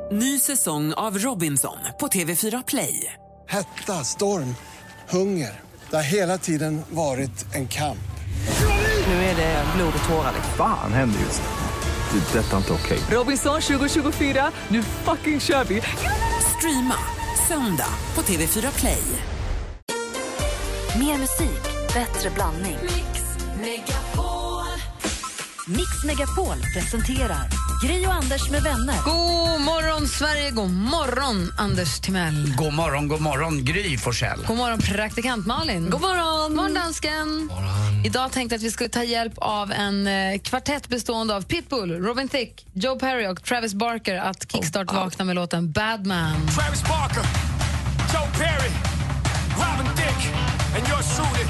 Ny säsong av Robinson på TV4 Play. Hetta, storm, hunger. Det har hela tiden varit en kamp. Nu är det blod och tårar. Fan händer just det. Det är detta inte okej. Robinson 2024, nu fucking kör vi. Streama söndag på TV4 Play. Mer musik, bättre blandning. Mix Megapol presenterar Gry och Anders med vänner. God morgon Sverige, god morgon Anders Timell. God morgon Gry Forssell. God morgon praktikant Malin. God morgon. Morgon dansken. Morgon. Idag tänkte jag att vi skulle ta hjälp av en kvartett bestående av Pitbull, Robin Thicke, Joe Perry och Travis Barker att kickstart vakna med låten Bad Man. Travis Barker, Joe Perry, Robin Thicke and yours truly.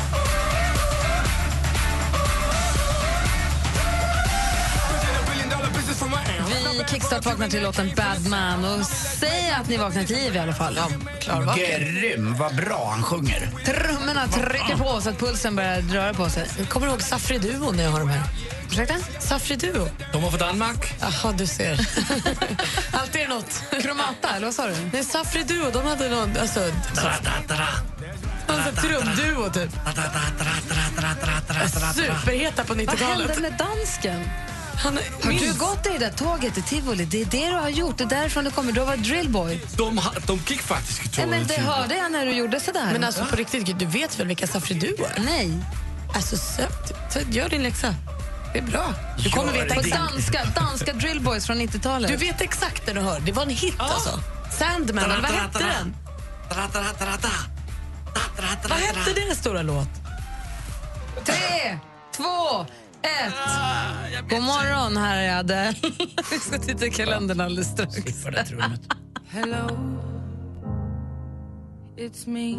Vi kickstart vaknar till låten Bad Man och säg att ni vaknar till liv i alla fall. Ja, grym, vad bra han sjunger. Trummorna trycker på så att pulsen börjar röra på sig. Jag kommer ihåg Safri Duo när jag har de här. Ursäkta? Safri Duo. De var från Danmark. Jaha, du ser. Alltid är något. Kromata, eller vad sa du? Nej, Safri Duo, de hade någon, alltså... trumduo, typ. Superheta på 90-talet. Vad hände med dansken? Har du gått i det där tåget i Tivoli? Det är det du har gjort. Det är därifrån du kommer. Du var drillboy. De gick faktiskt i tåget. Men det hörde jag när du gjorde sådär. Men alltså på riktigt, du vet väl vilka Safri Duo är? Nej. Alltså, gör din läxa. Det är bra. Du kommer veta på exakt. danska drillboys från 90-talet. Du vet exakt när du hör. Det var en hit alltså. Sandman, eller vad hette den? Vad hette den stora låt? 3, 2, 1. God morgon, här är Adele. Vi ska titta i kalendern alldeles strax. Hello, it's me.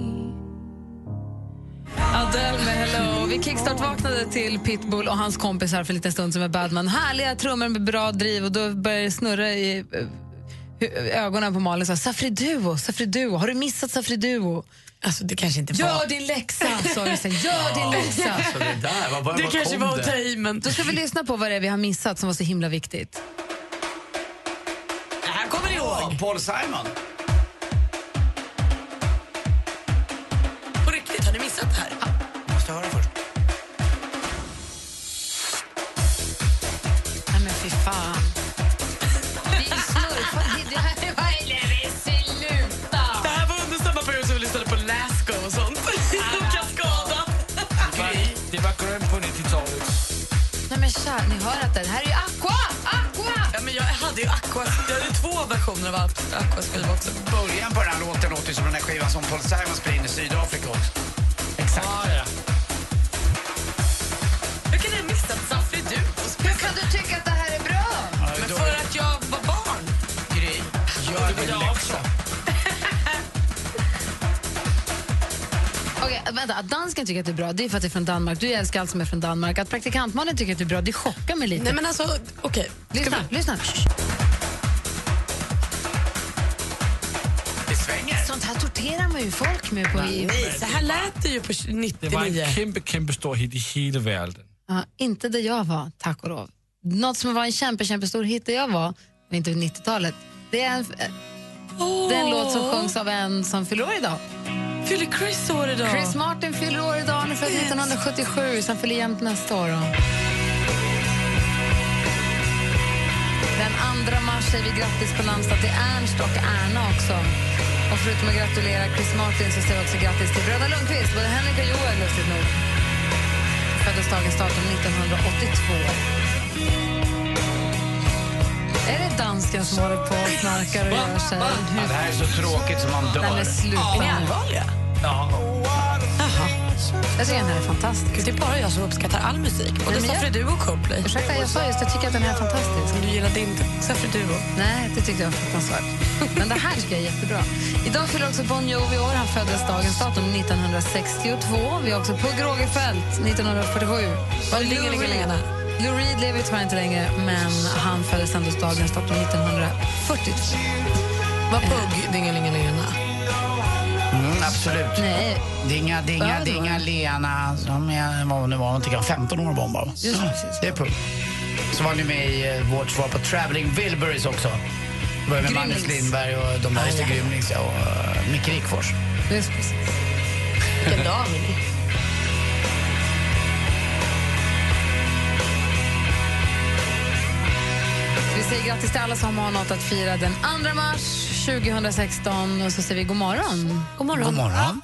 Adele med Hello. Vi kickstart vaknade till Pitbull och hans kompisar för en liten stund som är Badman. Härliga trummor med bra driv och då börjar det snurra i ögonen på Malin. Safri Duo. Har du missat Safri Duo? Alltså det kanske inte var... Gör din läxa, sa vi sen. Gör din läxa. Alltså, det kanske var att ta i, men... Då ska vi lyssna på vad det är vi har missat som var så himla viktigt. Det här kommer ni ihåg. Paul Simon. På riktigt, har ni missat det här? Måste höra först. Nej men fy fan. Vi snurfar. Det här var under samma period som vi lyssnade på Lasco och sånt. Kaskada. Det var grönt på 90-talet. Nej men kär, ni hör att det här är ju Aqua! Ja, men jag hade ju Aqua. Jag hade 2 versioner av Aquas skiva också. Början på den här låten låter som den här skivan som Paul Simon spelade in i Sydafrika också. Exakt. Ja. Hur kan jag missa Safri Duo? Hur kan du tycka att det här är bra? Men för att jag var barn. Gry, gör din läxa. Okej, vänta, att dansken tycker att det är bra, det är för att det är från Danmark. Du älskar allt som är från Danmark. Att praktikantmannen tycker att det är bra, det chockar mig lite. Nej men alltså, okej. Lyssna. Det svänger. Sånt här torterar man ju folk med på... Nej, så här lät det ju på 99. Det var en kæmpe stor hit i hela världen. Ja, inte där jag var, tack och lov. Något som var en kämpestor hit där jag var, men inte vid 90-talet. Det är en låt som sjungs av en som fyller år idag. Fyller Chris år idag? Chris Martin fyller år idag, han är född 1977, så han fyller jämnt nästa år. Då. Den 2 mars säger vi grattis på namnsdag till Ernst och Erna också. Och förutom att gratulera Chris Martin så säger vi också grattis till bröderna Lundqvist, både Henrik och Joel, lustigt nog. Födelsedagens datum 1982. Är det dansken som håller på och knarkar och gör sig? Ja, det här är så tråkigt som man dör. Den är sluta. Är ni allvarliga? Ja. Jaha. Jag tycker den här är fantastisk. Gud, det är bara jag som uppskattar all musik. Både Safri Duo och Coldplay. Ursäkta, jag sa just jag tycker att den här är fantastisk. Du gillade inte Safri Duo? Nej, det tyckte jag var fruktansvärt. Men det här tycker jag är jättebra. Idag fyller också Bon Jovi år. Han föddes dagens datum 1962. Vi har också Pugh Rogefeldt 1947. Var det Lingeligelena? Lou Reed lever tyvärr inte längre, men han föddes ändå dagens datum 1942. Var Pugh Dingelingelena? Absolut. Nej. Dinga, Lena, som jag var nu var 15 år bomba. Just precis. Det är Pugh. Så var ni med i vårt svar på Traveling Wilburys också. Det var med Magnus Lindberg och de där just Grymlings och Micke Rickfors. Just precis. Vilken dag, Mini. Vi säger grattis till alla som har något att fira den 2 mars 2016 och så säger vi god morgon. God morgon. God morgon.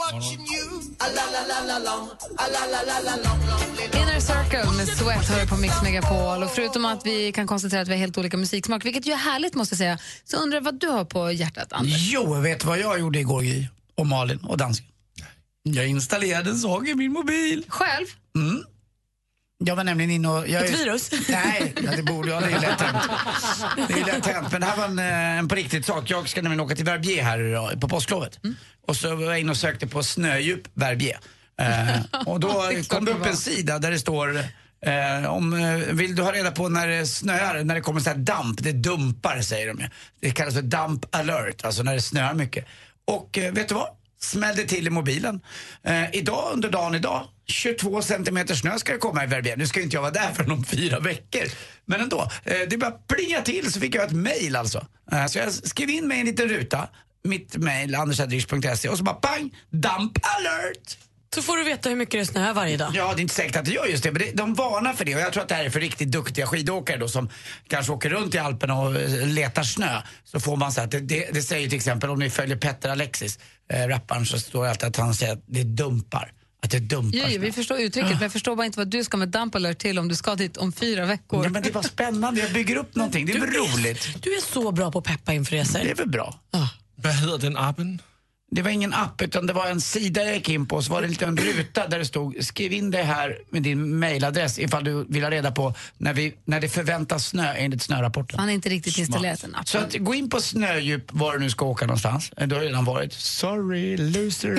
Inner Circle med Sweat hör på Mix Megapol. Och förutom att vi kan konstatera att vi har helt olika musiksmak, vilket ju är härligt måste jag säga, så undrar jag vad du har på hjärtat, Anders. Jo, vet vad jag gjorde igår, Gry och Malin och dansken? Jag installerade en sak i min mobil. Själv? Mm. Jag var nämligen inne och... Ett virus? Nej, det borde jag. Det är lätt hänt. Det är lätt hänt. Men det här var en på riktigt sak. Jag ska nämligen åka till Verbier här på påsklovet. Och så var jag inne och sökte på snödjup Verbier. Och då kom det upp en sida där det står... vill du ha reda på när det snöar, när det kommer så här damp, det dumpar säger de. Det kallas för damp alert, alltså när det snöar mycket. Och vet du vad? Smällde till i mobilen. Idag, under dagen idag, 22 centimeter snö ska det komma i Verbier. Nu ska inte jag vara där för om 4 veckor. Men ändå, det bara plinga till så fick jag ett mejl alltså. Så jag skrev in mig en liten ruta, mitt mejl, andersadrich.se, och så bara pang, damp alert! Så får du veta hur mycket det snöar varje dag. Ja, det är inte säkert att det gör just det, men de varnar för det. Och jag tror att det här är för riktigt duktiga skidåkare då, som kanske åker runt i Alperna och letar snö. Så får man så att det säger till exempel, om ni följer Petter Alexis, rapparen, så står det alltid att han säger att det dumpar. Att det dumpar. Jo, vi förstår uttrycket, men jag förstår bara inte vad du ska med damp alert till om du ska dit om 4 veckor. Ja, men det var spännande, jag bygger upp någonting, det är väl roligt. Du är så bra på att peppa inför resor. Det är väl bra. Vad heter den appen? Det var ingen app, utan det var en sida jag gick in på, så var det en liten ruta där det stod: skriv in det här med din mailadress ifall du vill ha reda på när det förväntas snö enligt snörapporten. Han är inte riktigt installerat en app. Så att gå in på snödjup var du nu ska åka någonstans. Du har redan varit. Sorry, loser.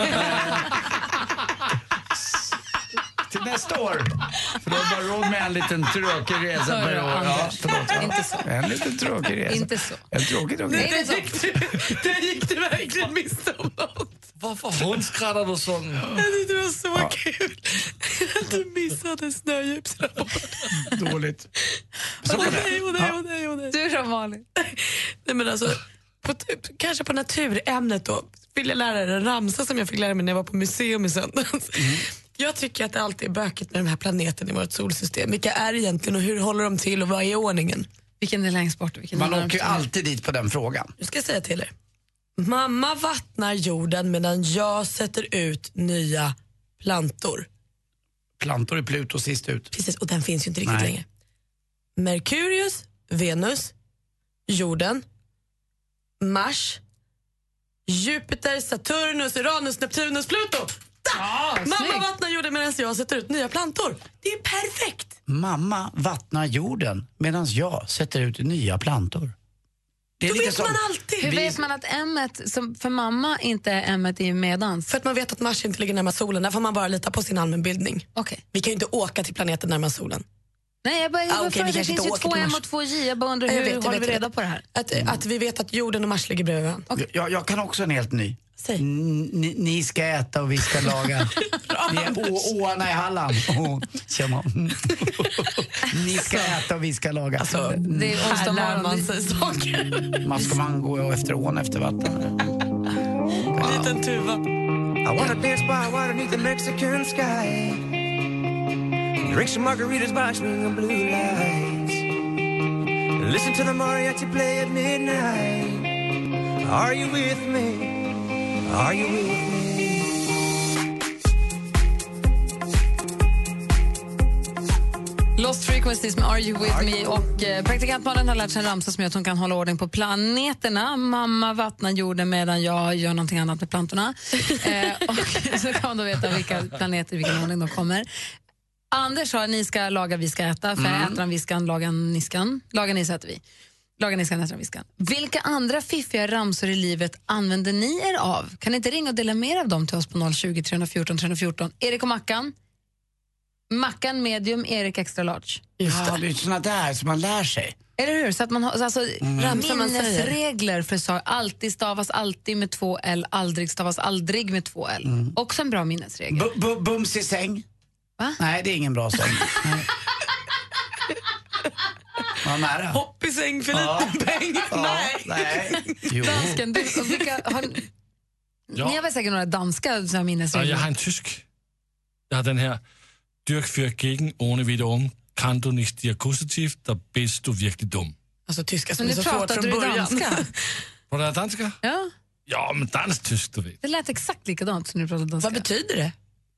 Till nästa år. För då har man råd med en liten tråkig resa per år. Ja, förlåt. Inte så. En liten tråkig resa. Inte så. En tråkig resa. Där gick du verkligen miste om något. Varför hundskrattar du sån? Det var så kul att du missade snödjupsrapporten. Dåligt. Du då, Malin? Nej, men alltså, kanske på naturämnet då vill jag lära dig en ramsa som jag fick lära mig när jag var på museum i söndags. Jag tycker att det alltid är bökigt med de här planeterna i vårt solsystem. Vilka är egentligen och hur håller de till och vad är ordningen? Vilken är längst bort? Man åker ju alltid dit på den frågan. Nu ska jag säga till er. Mamma vattnar jorden medan jag sätter ut nya plantor. Plantor i Pluto sist ut. Precis, och den finns ju inte riktigt längre. Merkurius, Venus, jorden, Mars, Jupiter, Saturnus, Uranus, Neptunus, Pluto. Mamma vattnar jorden medan jag sätter ut nya plantor. Det är perfekt. Mamma vattnar jorden medan jag sätter ut nya plantor. Det är då lite vet som, man alltid. Hur vet man att M-et, som för mamma inte är M-et i medans? För att man vet att Mars inte ligger närmare solen. Där får man bara lita på sin allmänbildning. Okay. Vi kan ju inte åka till planeten närmare solen. Nej, jag bara okay, det finns ju 2 M och 2 J. Jag bara undrar hur håller vi reda på det här? Att vi vet att jorden och Mars ligger bredvid varandra. Okay. Jag kan också en helt ny. Säg. Ni ska äta och vi ska laga. Ni är åarna i Halland. Tjena. Ni ska äta och vi ska laga. Alltså, det är onsdag morgon. Man säger saker. Ska man gå efter ån efter vatten? En liten tuva. I wanna dance by water beneath the Mexican sky. Drink some margaritas by swinging blue lights. Listen to the mariachi play at midnight. Are you with me? Are you with me? Lost Frequencies med Are You With Me. Och praktikantmannen har lärt sig en ramsa som gör att hon kan hålla ordning på planeterna. Mamma vattnar jorden medan jag gör någonting annat med plantorna. Och så kan man då veta vilka planeter, vilken ordning de kommer. Anders har ni ska laga, vi ska äta. För äter han viskan, lagar niskan. Lagar nis äter vi. Lagar niskan, äter han viskan. Vilka andra fiffiga ramsor i livet använder ni er av? Kan ni inte ringa och dela mer av dem till oss på 020 314 314? Erik och Mackan. Mackan medium, Erik extra large. Just det. Det är såna där som man lär sig. Eller hur? Så att man har alltså minnesregler för så alltid stavas alltid med 2 L, aldrig stavas aldrig med 2 L. Också en bra minnesregel. Bums i säng. Va? Nej, det är ingen bra sång. Vad nära. Hopp i i säng för liten peng. Nej. Jo. Dansken, ni har väl säkert några danska minnesregler? Jag har en tysk. Jag har den här. Dyrk för gegen ohne wiederum. Kan du nicht die akkusativ, då bist du verkligen dum. Alltså tyska som Men är nu så svårt pratade från du början. danska. Var det danska? Ja. Ja, men dansk-tysk, du vet. Det lät exakt likadant som du pratade danska. Vad betyder det?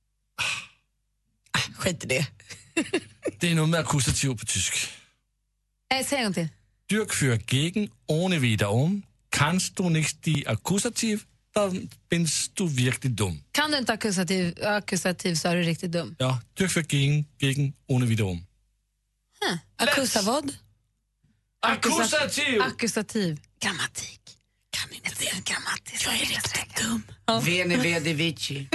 Skit i det. Det är nog med akkusativ på tysk. Säg en gång till. Dyrk för gegen ohne wiederum. Kan du nicht die akkusativ, då bist du verkligen dum. Kan du inte akkusativ så är du riktigt dum. Ja, dyrk för gegen ohne wiederum. Akkusa vad? Akkusativ! Akkusativ. Grammatik. Kan inte det grammatiskt. Jag är riktigt dum. Veni vedi vici.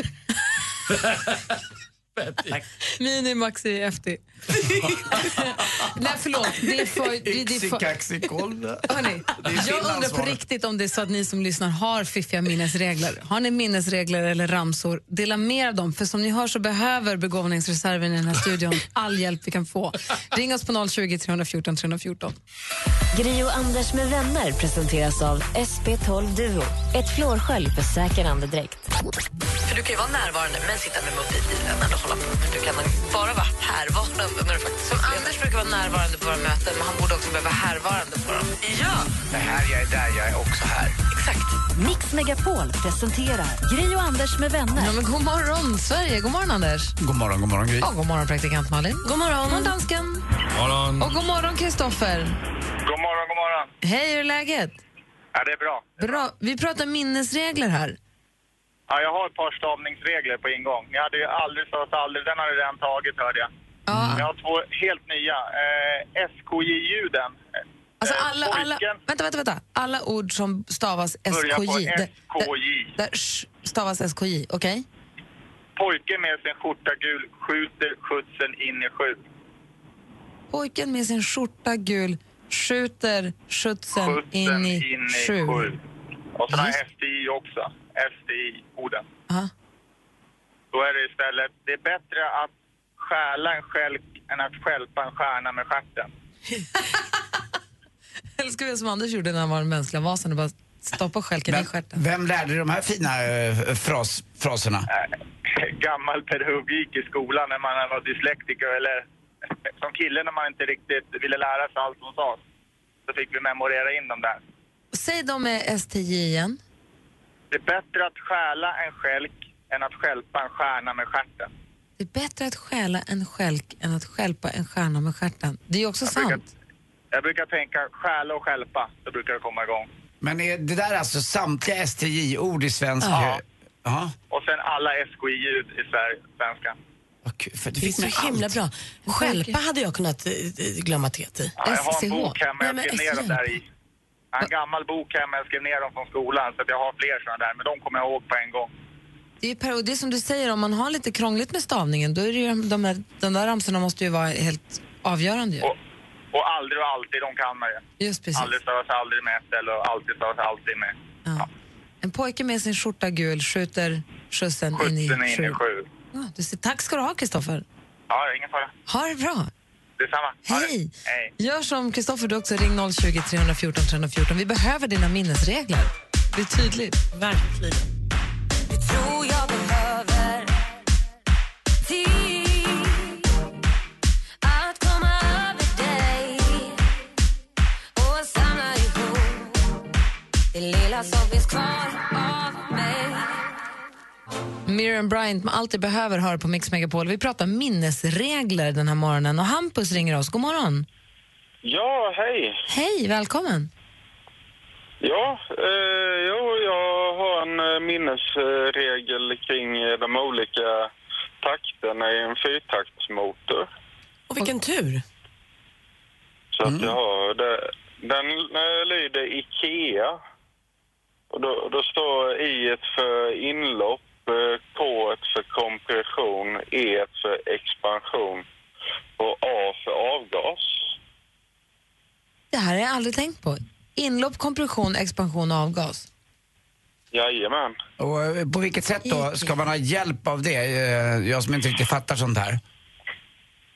Mini Maxi FT. Nej, förlåt. Det är för... Hörrni, jag undrar på riktigt om det är så att ni som lyssnar har fiffiga minnesregler. Har ni minnesregler eller ramsor? Dela med dem, för som ni hör så behöver begåvningsreserven i den här studion all hjälp vi kan få. Ring oss på 020 314 314. Gri och Anders med vänner presenteras av SP12 Duo. Ett flårskölj för säker andedräkt. För du kan ju vara närvarande men sitta med mobilen eller hålla på. Men du kan bara vara härvarande när du faktiskt... Som Anders brukar vara närvarande på våra möten, men han borde också behöva vara härvarande på dem. Ja! Det här, jag är där, jag är också här. Exakt. Mix Megapol presenterar Gri och Anders med vänner. Ja, men god morgon, Sverige. God morgon, Anders. God morgon, Gry. Ja, god morgon, praktikant Malin. God morgon. God morgon, dansken. Morgon. Och god morgon, Kristoffer. God morgon. Hej, hur är läget? Ja, det är bra. Bra. Vi pratar minnesregler här. Ja, jag har ett par stavningsregler på ingång. Ni hade ju aldrig sagt aldrig. Den har ni redan tagit, hörde jag. Ja. Jag har två helt nya. SKJ-ljuden. Alltså vänta. Alla ord som stavas SKJ. Börjar på SKJ. Där stavas SKJ, okej? Pojken med sin skjorta gul skjuter skjutsen in i sjö. Pojken med sin skjorta gul skjuter skjutsen in i sjö. Och så har STI också. STI-orden. Aha. Då är det istället, det är bättre att stjäla en skälk än att stjälpa en stjärna med stjärten. Älskar vi som Anders gjorde när han var den mänskliga vasen och bara stoppa skälken i stjärten. Vem lärde de här fina fraserna? Gammal pedagogik i skolan när man var dyslektiker eller som kille när man inte riktigt ville lära sig allt som sades. Så fick vi memorera in dem där. Säg dem med STJ igen. Det är bättre att stjäla en skälk än att stjälpa en stjärna med stjärten. Det är bättre att stjäla en skälk än att stjälpa en stjärna med stjärten. Det är ju också sant. Jag brukar tänka stjäla och stjälpa, så brukar det komma igång. Men är det där alltså samtliga STJ-ord i svenska? Ja. Aha. Och sen alla SKI-ljud i svenska. För det är så himla bra. Stjälpa hade jag kunnat glömma till. Ja, jag har en bok hemma jag skrev ner dem där i. En gammal bok hemma jag skrev ner dem från skolan så att jag har fler sådana där. Men de kommer jag ihåg på en gång. Det är som du säger, om man har lite krångligt med stavningen då är det ju de där ramsorna måste ju vara helt avgörande. Och aldrig och alltid, de kan man ju. Just precis. Aldrig stavas aldrig med ett eller alltid stavas alltid med. Ja. En pojke med sin skjorta gul skjuter skjutsen in i sjö. Ja, tack ska du ha, Kristoffer. Ja, ingen fara. Ha det bra. Detsamma. Hej. Gör som Kristoffer, du också. Ring 020 314 314. Vi behöver dina minnesregler. Det är tydligt. Verkligen. Jag tror jag behöver tid att komma över dig och samla ihop det lilla som finns kvar av mig. Miriam Bryant med Allt jag behöver hör på Mix Megapol. Vi pratar minnesregler den här morgonen och Hampus ringer oss. God morgon. Ja, hej. Hej, välkommen. Ja, jag har en minnesregel kring de olika takterna i en fyrtaktsmotor. Och vilken tur. Så att jag har det. Den lyder IKEA. Och då står I för inlopp, K för kompression, E för expansion och A för avgas. Det här har jag aldrig tänkt på. Inlopp, kompression, expansion och avgas. Jajamän. Och på vilket sätt då ska man ha hjälp av det? Jag som inte riktigt fattar sånt här.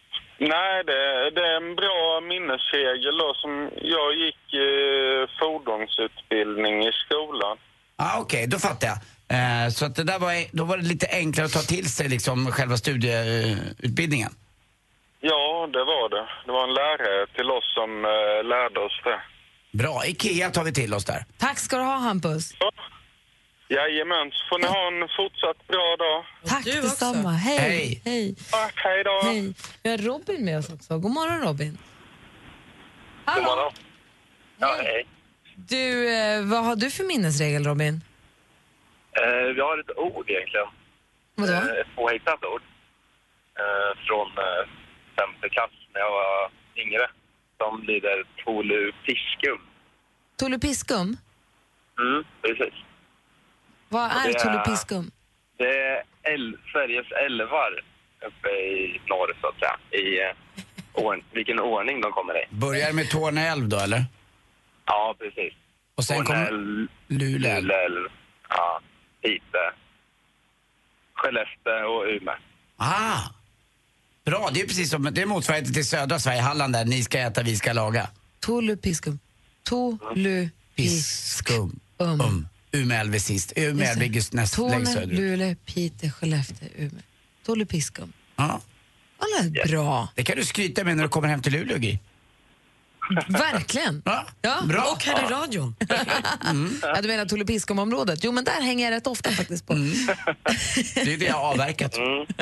Nej, det är en bra minnesregel då, som jag gick fordonsutbildning i skolan. Okej, då fattar jag. Så att det där då var det lite enklare att ta till sig liksom själva studieutbildningen. Ja, det var det. Det var en lärare till oss som lärde oss det. Bra, Ikea tar vi till oss där. Tack ska du ha, Hampus. Ja. Jajamän, så får ni ha en fortsatt bra dag. Tack detsamma. Hej. Hej. Tack, hej då. Hej. Vi har Robin med oss också. God morgon, Robin. Hallå. God morgon. Ja, hej. Du, vad har du för minnesregel, Robin? Vi har ett ord egentligen. Vadå? Ett påhittat ord. Från 5:e klass när jag var yngre. Som lyder Tolupiskum. Tolupiskum? Precis. Vad är Tolupiskum? Det är Sveriges älvar uppe i norr, så att säga. I vilken ordning de kommer i. Börjar med Torne älv då, eller? Ja, precis. Och sen kommer Lule älv. Ja, Pite, Skellefteå och Umeå. Bra, det är precis som det är motsvarigheten till södra Sverige, Halland där, ni ska äta, vi ska laga. Tolupiskum. Tolupiskum. Umeå älv är sist. Umeå älv ligger näst längst söderut. Torne, Luleå, Pite, Skellefteå, Umeå. Tolupiskum. Ja. Alla är bra. Det kan du skryta med när du kommer hem till Luleå, Gry. Verkligen. Ja, bra. Och här i radion. Ja, du menar Tolupiskum-området? Jo, men där hänger jag rätt ofta faktiskt på. Det är det jag har avverkat.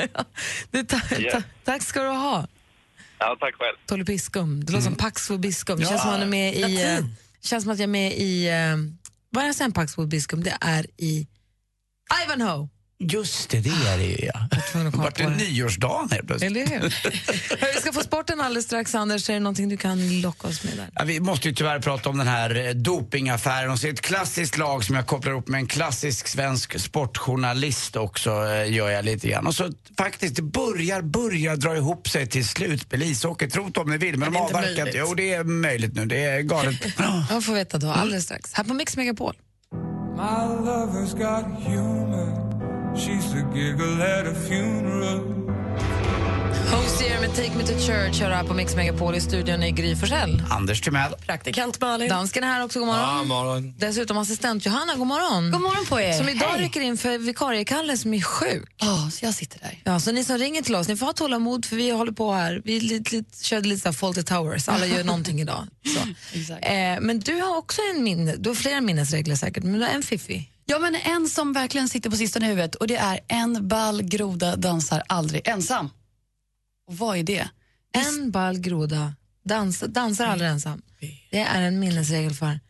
Tack ska du ha. Ja, tack själv. Tolupiskum. Det låter som Pax Vobiskum. Det känns som man är med i... känns som att jag är med i... vad är sen Pax Vobiskum? Det är i Ivanhoe. Just det är det ju, ja. Vart det nyårsdagen här plötsligt. Eller hur? Vi ska få sporten alldeles strax, Anders. Är det någonting du kan locka oss med där? Ja, vi måste ju tyvärr prata om den här dopingaffären. Och så är ett klassiskt lag som jag kopplar upp med en klassisk svensk sportjournalist också, gör jag lite grann. Och så faktiskt, det börjar dra ihop sig till slutspel ishockey. Tro det om ni vill, men de har avverkat. Jo, det är möjligt nu. Det är galet. Jag får veta då, alldeles strax. Här på Mix Megapol. My lover's got humor. She's the giggle at a funeral. Hosier med Take Me to Church hör här på Mix Megapol. I studion i Gry Forssell. Anders Timell. Praktikant Malin. Dansken är här också, god morgon. Ja, morgon. Dessutom assistent Johanna, god morgon. God morgon på er. Som idag rycker in för vikarie Kalle som är sjuk. Så jag sitter där. Ja, så ni som ringer till oss, ni får ha tålamod för vi håller på här. Vi körde lite så här Fawlty Towers, alla gör någonting idag. Så. Men du har också du har flera minnesregler säkert, men du har en fiffi. Ja, men en som verkligen sitter på sistone i huvudet, och det är en ball groda dansar aldrig ensam. Och vad är det? En ball groda dansar aldrig ensam. Det är en minnesregel för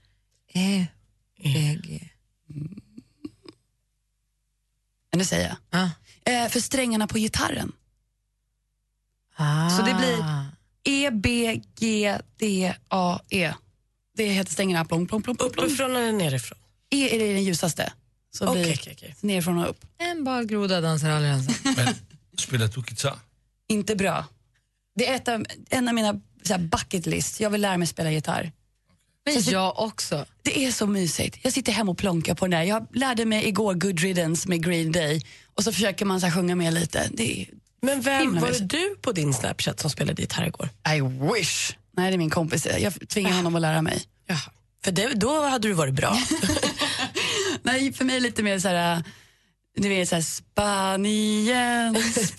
EBG. Nu säger jag. För strängarna på gitarren. Så det blir EBGDAE. Det heter strängarna plong, plong, plong, plong. Uppifrån eller nerifrån? Är det den ljusaste. Så blir nerifrån och upp. En ball groda dansar aldrig ensam. Men spelar du gitarr? Inte bra. Det är en av mina så här, bucket list. Jag vill lära mig spela gitarr. Men jag också. Det är så mysigt. Jag sitter hemma och plonkar på den där. Jag lärde mig igår Good Riddance med Green Day. Och så försöker man så här, sjunga med lite. Det är men vem var det du på din Snapchat som spelade gitarr igår? I wish. Nej, det är min kompis. Jag tvingar honom att lära mig. Ja. För då hade du varit bra. Nej, för mig lite mer så här... Du vet så här, Spanien.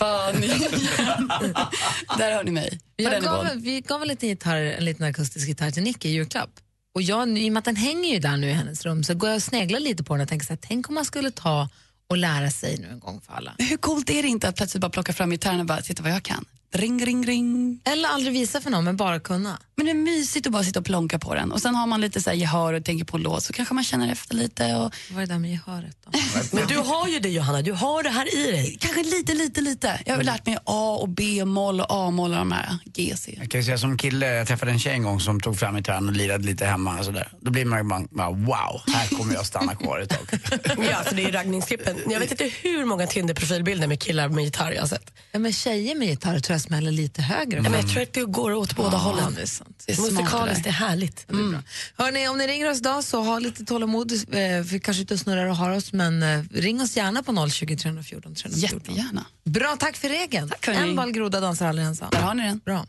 Där har ni mig. Vi gav väl en liten akustisk gitarr till Nicky i julklapp. Och jag, i och med att den hänger ju där nu i hennes rum, så går jag och sneglar lite på den och tänker så här, tänk om man skulle ta och lära sig nu en gång för alla. Hur coolt är det inte att plötsligt bara plocka fram gitarren och bara titta vad jag kan? Ring, ring, ring. Eller aldrig visa för någon, men bara kunna. Men det är mysigt att bara sitta och plonka på den. Och sen har man lite så här gehör och tänker på en låt, så kanske man känner efter lite. Och... Vad är det där med gehöret då? Men du har ju det, Johanna, du har det här i dig. Kanske lite. Jag har lärt mig A och B-moll och A-moll och de här G-C. Jag kan ju säga som kille, jag träffade en tjej en gång som tog fram gitarren och lirade lite hemma och sådär. Då blir man bara, wow, här kommer jag stanna kvar ett tag. Ja, för det är raggningsklippen. Jag vet inte hur många Tinder-profilbilder med killar med gitarr jag har sett. Ja, men tjejer med gitarr tror smäller lite högre. Men jag tror att det går åt båda hållen. Det är sant. Det är musikaliskt, det är härligt. Hörrni, om ni ringer oss idag så ha lite tålamod. Vi kanske inte snurrar och har oss, men ring oss gärna på 020 314 314. Jättegärna. Bra, tack för regeln. Tack, en ball groda dansar aldrig ensam. Där har ni den. Bra.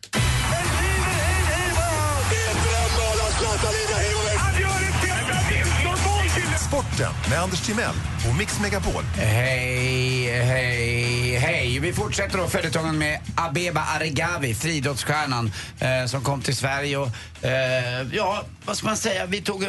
Sporten med Anders Timell och Mix Megapol. Hej. Vi fortsätter då följetongen med Abeba Aregawi, friidrottsstjärnan som kom till Sverige och vad ska man säga, vi tog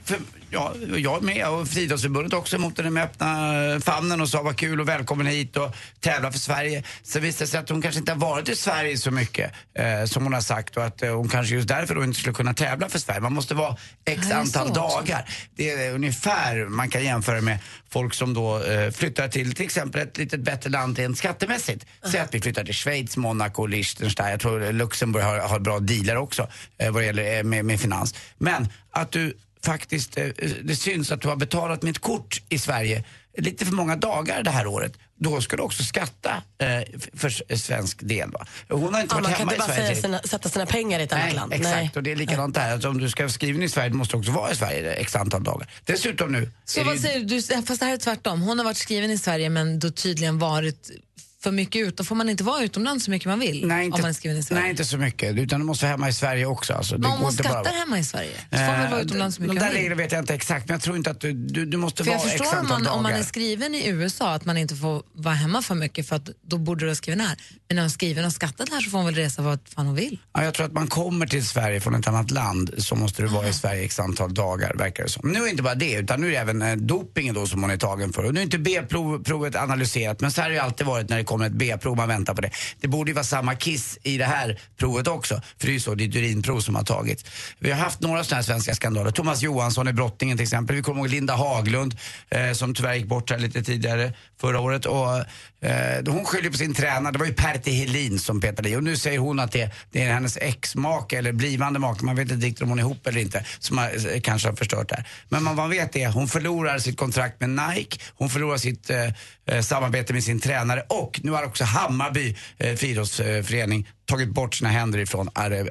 jag med och friidrottsförbundet också emot den med öppna famnen och sa vad kul och välkommen hit och tävla för Sverige. Så visade det sig att hon kanske inte har varit i Sverige så mycket som hon har sagt och att hon kanske just därför då inte skulle kunna tävla för Sverige. Man måste vara x antal dagar. Det är ungefär man kan jämföra med folk som då flyttar till exempel ett litet bättre land rent skattemässigt. Säg att vi flyttar till Schweiz, Monaco, Liechtenstein. Jag tror Luxemburg har bra dealer också vad det gäller med finans. Men att du faktiskt, det syns att du har betalat med ett kort i Sverige lite för många dagar det här året. Då ska du också skatta för svensk del. Va? Hon har inte varit hemma i Sverige. Man kan inte bara sätta sina pengar i ett annat land. Exakt, Nej. och det är likadant där. Alltså, om du ska skriva i Sverige, du måste också vara i Sverige x antal dagar. Dessutom nu... Så vad säger du? Fast det här är tvärtom. Hon har varit skriven i Sverige men då tydligen varit för mycket ut. Då får man inte vara utomlands så mycket man vill. Nej, inte, om man är skriven i Sverige. Nej, inte så mycket. Utan du måste vara hemma i Sverige också. Alltså, men om man skattar hemma i Sverige så får man vara utomlands så mycket man vill. De där reglerna vet jag inte exakt. Men jag tror inte att du måste vara x antal dagar. Om man är skriven i USA att man inte får vara hemma för mycket för att då borde du ha skriven här. Men när man är skriven och skattat här så får man väl resa vad fan hon vill. Ja, jag tror att man kommer till Sverige från ett annat land så måste du vara i Sverige x antal dagar, verkar det som. Men nu är det inte bara det, utan nu är det även dopingen då som hon är tagen för. Och nu är inte B-provet analyserat, men så här har det ju alltid varit när det kommer ett B-prov, man väntar på det. Det borde ju vara samma kiss i det här provet också, för det är ju så, det är ett urinprov som har tagit. Vi har haft några sådana här svenska skandaler. Thomas Johansson i brottningen till exempel. Vi kommer ihåg Linda Haglund som tyvärr gick bort här lite tidigare förra året. Och hon skyller på sin tränare. Det var ju Pertti Helin som petade i. Och nu säger hon att det är hennes ex-make eller blivande make. Man vet inte riktigt om hon är ihop eller inte. Som kanske har förstört det här. Men man vet det. Hon förlorar sitt kontrakt med Nike. Hon förlorar sitt samarbete med sin tränare. Och nu har också Hammarby friidrottsförening tagit bort sina händer ifrån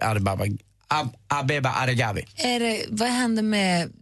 Abeba Aregawi. Vad händer med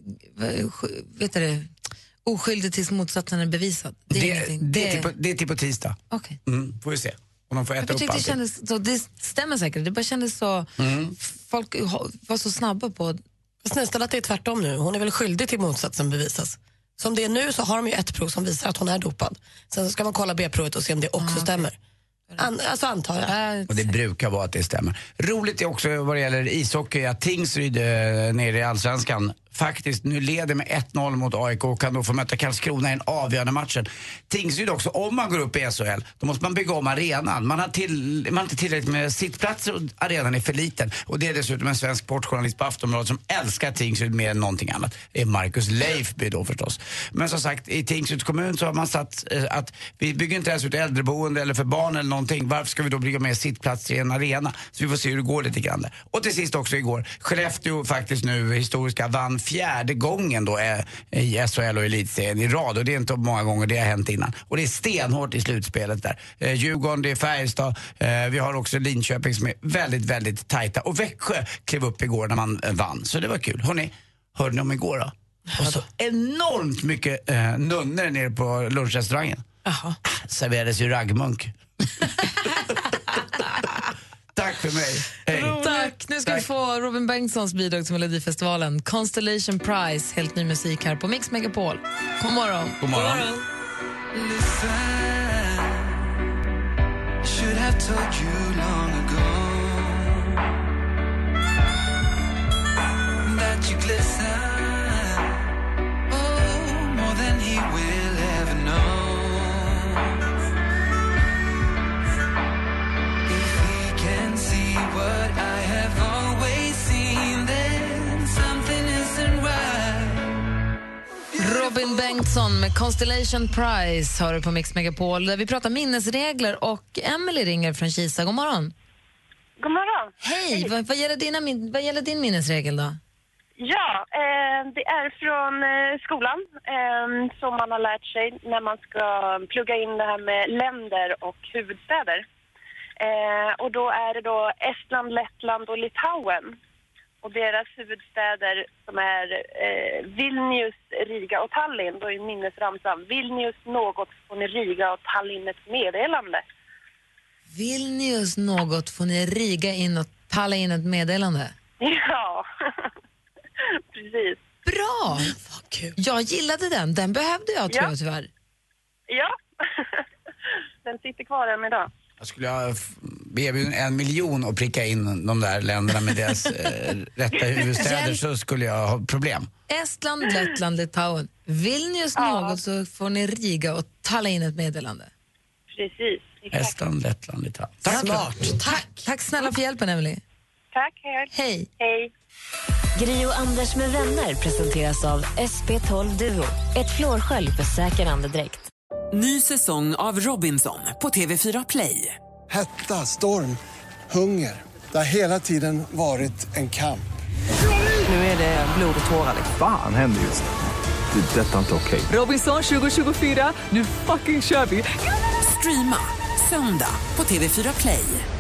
oskyldig tills motsatsen är bevisad? Det är till på tisdag. Okay. Får vi se om de får äta upp allt. Det stämmer säkert. Det bara kändes så... Folk var så snabba på... Fast nästan att det är tvärtom nu. Hon är väl skyldig till motsatsen bevisas. Som det är nu så har de ju ett prov som visar att hon är dopad. Sen ska man kolla B-provet och se om det också stämmer. Alltså antar jag. Och det brukar vara att det stämmer. Roligt är också vad det gäller ishockey att Tingsryd nere i Allsvenskan faktiskt nu leder med 1-0 mot AIK och kan då få möta Karlskrona i den avgörande matchen. Tingsryd också, om man går upp i SHL, då måste man bygga om arenan. Man har inte tillräckligt med sittplatser och arenan är för liten. Och det är dessutom en svensk sportjournalist på Aftonbladet som älskar Tingsryd mer än någonting annat. Det är Marcus Leifby då förstås. Men som sagt, i Tingsryds kommun så har man satt att vi bygger inte ens ut äldreboende eller för barn eller någonting. Varför ska vi då bygga mer sittplatser i en arena? Så vi får se hur det går lite grann där. Och till sist också igår, Skellefteå faktiskt nu historiska vann 4:e gången då i SHL och elitserien i rad, och det är inte många gånger det har hänt innan. Och det är stenhårt i slutspelet där. Djurgården, det är Färjestad, vi har också Linköping som är väldigt, väldigt tajta. Och Växjö klev upp igår när man vann, så det var kul. Hörde ni om igår då? Och så enormt mycket nunnor nere på lunchrestaurangen. Serverades ju raggmunk. Tack för mig. Hej. Tack. Nu ska vi få Robin Bengtssons bidrag till Melodifestivalen. Constellation Prize, helt ny musik här på Mix Megapol. God morgon. God morgon. Should have told you long ago that you glisten, oh, more than he will ever know. If he can see what I have always seen, then something isn't right. Robin Bengtsson med Constellation Prize har du på Mix Megapol. Där vi pratar minnesregler och Emily ringer från Kisa. God morgon. God morgon. Hej, vad gäller din minnesregel då? Ja, det är från skolan som man har lärt sig när man ska plugga in det här med länder och huvudstäder. Och då är det då Estland, Lettland och Litauen. Och deras huvudstäder som är Vilnius, Riga och Tallinn. Då är minnesramsan Vilnius, något från Riga och Tallinn ett meddelande. Vilnius, något får ni Riga in och talla in ett meddelande. Ja, precis. Bra! Jag gillade den. Den behövde jag, tror jag tyvärr. Ja, den sitter kvar än idag. Jag skulle ha erbjudit 1 miljon att pricka in de där länderna med deras rätta huvudstäder, så skulle jag ha problem. Estland, Lettland, Litauen. Vilnius något så får ni Riga och talla in ett meddelande. Precis. Estland, Lettland, Litauen. Tack. Smart. Tack snälla för hjälpen, Emily. Tack, hej. Hej. Gri och Anders med vänner presenteras av SP12 Duo. Ett flårskölj för säker andedräkt. Ny säsong av Robinson på TV4 Play. Hetta, storm, hunger. Det har hela tiden varit en kamp. Nu är det blod och tårar. Fan händer just det. Det är detta inte okej. Robinson 2024, nu fucking kör vi. Streama söndag på TV4 Play.